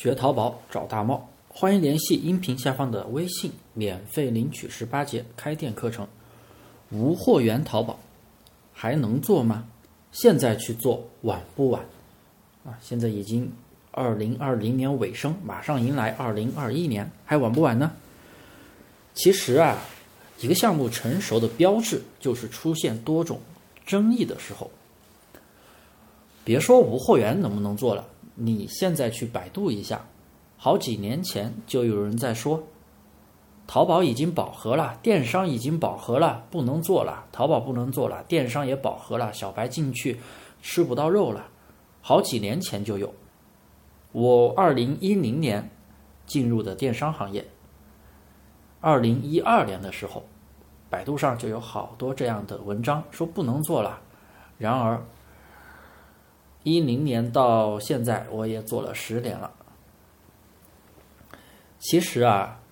学淘宝找大猫，欢迎联系音频下方的微信，免费领取18节开店课程。无货源淘宝还能做吗？现在去做晚不晚？现在已经2020年尾声，马上迎来2021年，还晚不晚呢？其实一个项目成熟的标志就是出现多种争议的时候。别说无货源能不能做了，你现在去百度一下，好几年前就有人在说淘宝已经饱和了，电商已经饱和了，不能做了，淘宝不能做了，电商也饱和了，小白进去吃不到肉了。好几年前就有，我2010年进入的电商行业，2012年的时候百度上就有好多这样的文章说不能做了。然而10年到现在我也做了10年了。其实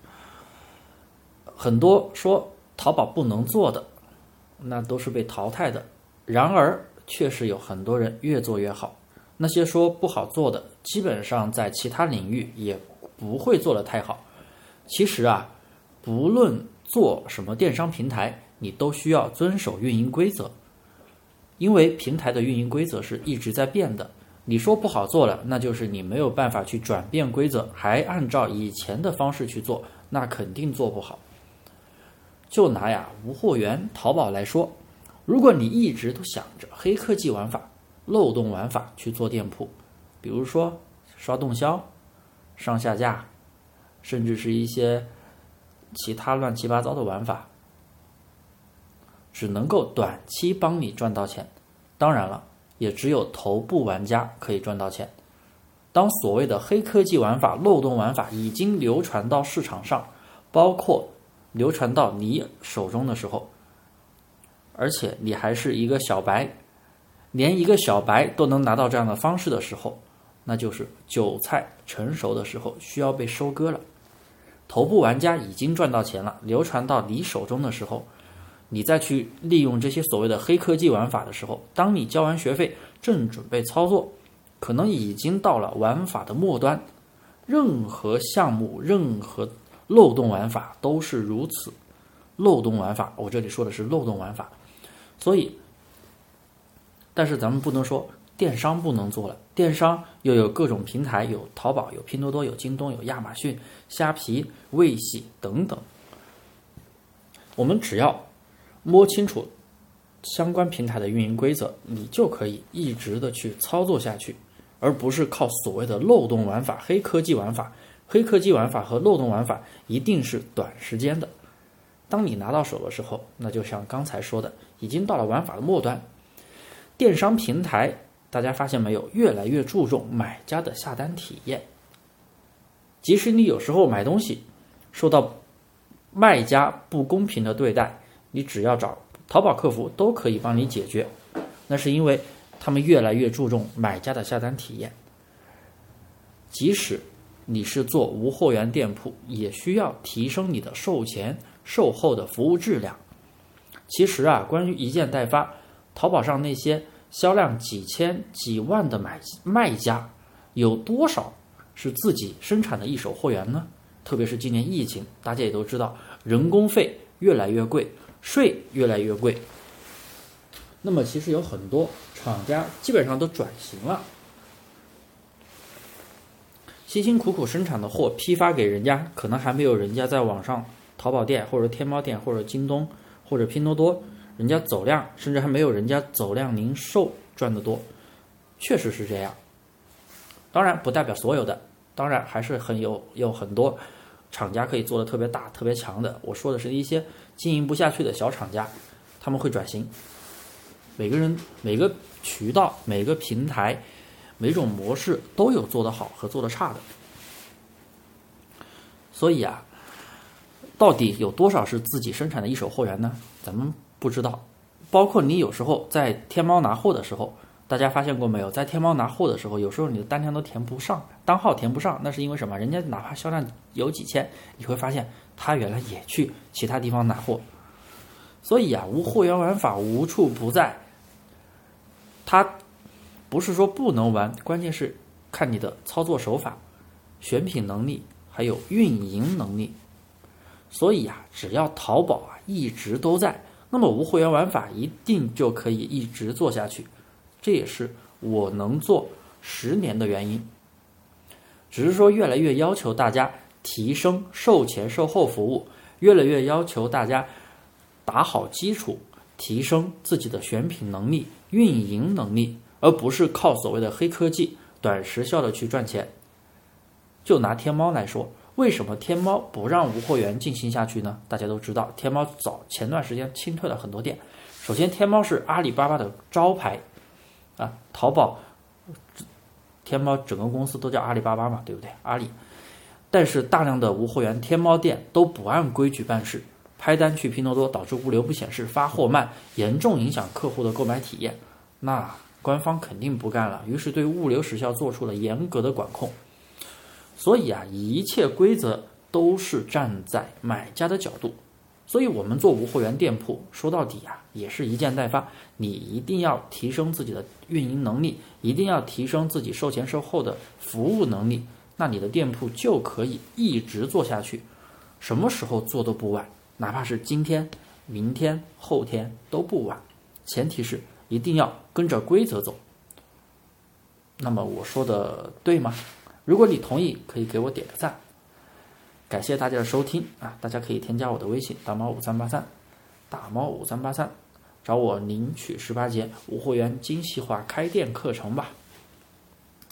很多说淘宝不能做的，那都是被淘汰的。然而确实有很多人越做越好，那些说不好做的，基本上在其他领域也不会做得太好。其实不论做什么电商平台，你都需要遵守运营规则，因为平台的运营规则是一直在变的。你说不好做了，那就是你没有办法去转变规则，还按照以前的方式去做，那肯定做不好。就拿无货源淘宝来说，如果你一直都想着黑科技玩法、漏洞玩法去做店铺，比如说刷动销、上下架，甚至是一些其他乱七八糟的玩法，只能够短期帮你赚到钱。当然了，也只有头部玩家可以赚到钱。当所谓的黑科技玩法、漏洞玩法已经流传到市场上，包括流传到你手中的时候，而且你还是一个小白，连一个小白都能拿到这样的方式的时候，那就是韭菜成熟的时候，需要被收割了。头部玩家已经赚到钱了，流传到你手中的时候，你再去利用这些所谓的黑科技玩法的时候，当你交完学费正准备操作，可能已经到了玩法的末端。任何项目、任何漏洞玩法都是如此。漏洞玩法，我这里说的是漏洞玩法。所以但是咱们不能说电商不能做了，电商又有各种平台，有淘宝，有拼多多，有京东，有亚马逊、虾皮、卫喜等等。我们只要摸清楚相关平台的运营规则，你就可以一直的去操作下去，而不是靠所谓的漏洞玩法、黑科技玩法。黑科技玩法和漏洞玩法一定是短时间的，当你拿到手的时候，那就像刚才说的，已经到了玩法的末端。电商平台大家发现没有，越来越注重买家的下单体验。即使你有时候买东西受到卖家不公平的对待，你只要找淘宝客服都可以帮你解决，那是因为他们越来越注重买家的下单体验。即使你是做无货源店铺，也需要提升你的售前售后的服务质量。其实关于一件代发，淘宝上那些销量几千几万的卖家，有多少是自己生产的一手货源呢？特别是今年疫情，大家也都知道，人工费越来越贵，税越来越贵。那么其实有很多厂家基本上都转型了，辛辛苦苦生产的货批发给人家，可能还没有人家在网上淘宝店或者天猫店或者京东或者拼多多人家走量，甚至还没有人家走量零售赚得多。确实是这样，当然不代表所有的，当然还是有很多厂家可以做得特别大特别强的。我说的是一些经营不下去的小厂家，他们会转型。每个人、每个渠道、每个平台、每种模式都有做得好和做得差的。所以到底有多少是自己生产的一手货源呢？咱们不知道。包括你有时候在天猫拿货的时候，大家发现过没有，在天猫拿货的时候，有时候你的单量都填不上，单号填不上，那是因为什么？人家哪怕销量有几千，你会发现他原来也去其他地方拿货。所以无货源玩法无处不在，它不是说不能玩，关键是看你的操作手法。 选品能力，还有运营能力。所以只要淘宝一直都在，那么无会员玩法一定就可以一直做下去。这也是我能做10年的原因。只是说越来越要求大家提升售前售后服务，越来越要求大家打好基础，提升自己的选品能力、运营能力，而不是靠所谓的黑科技、短时效的去赚钱。就拿天猫来说，为什么天猫不让无货源进行下去呢？大家都知道，天猫前段时间清退了很多店。首先，天猫是阿里巴巴的招牌淘宝、天猫整个公司都叫阿里巴巴嘛，对不对？阿里。但是大量的无货源天猫店都不按规矩办事，拍单去拼多多导致物流不显示，发货慢，严重影响客户的购买体验。那官方肯定不干了，于是对物流时效做出了严格的管控。所以一切规则都是站在买家的角度。所以我们做无货源店铺，说到底也是一件代发。你一定要提升自己的运营能力，一定要提升自己售前售后的服务能力，那你的店铺就可以一直做下去，什么时候做都不晚，哪怕是今天、明天、后天都不晚。前提是一定要跟着规则走。那么我说的对吗？如果你同意，可以给我点个赞。感谢大家的收听大家可以添加我的微信大猫5383，大猫5383，找我领取18节无货源精细化开店课程吧。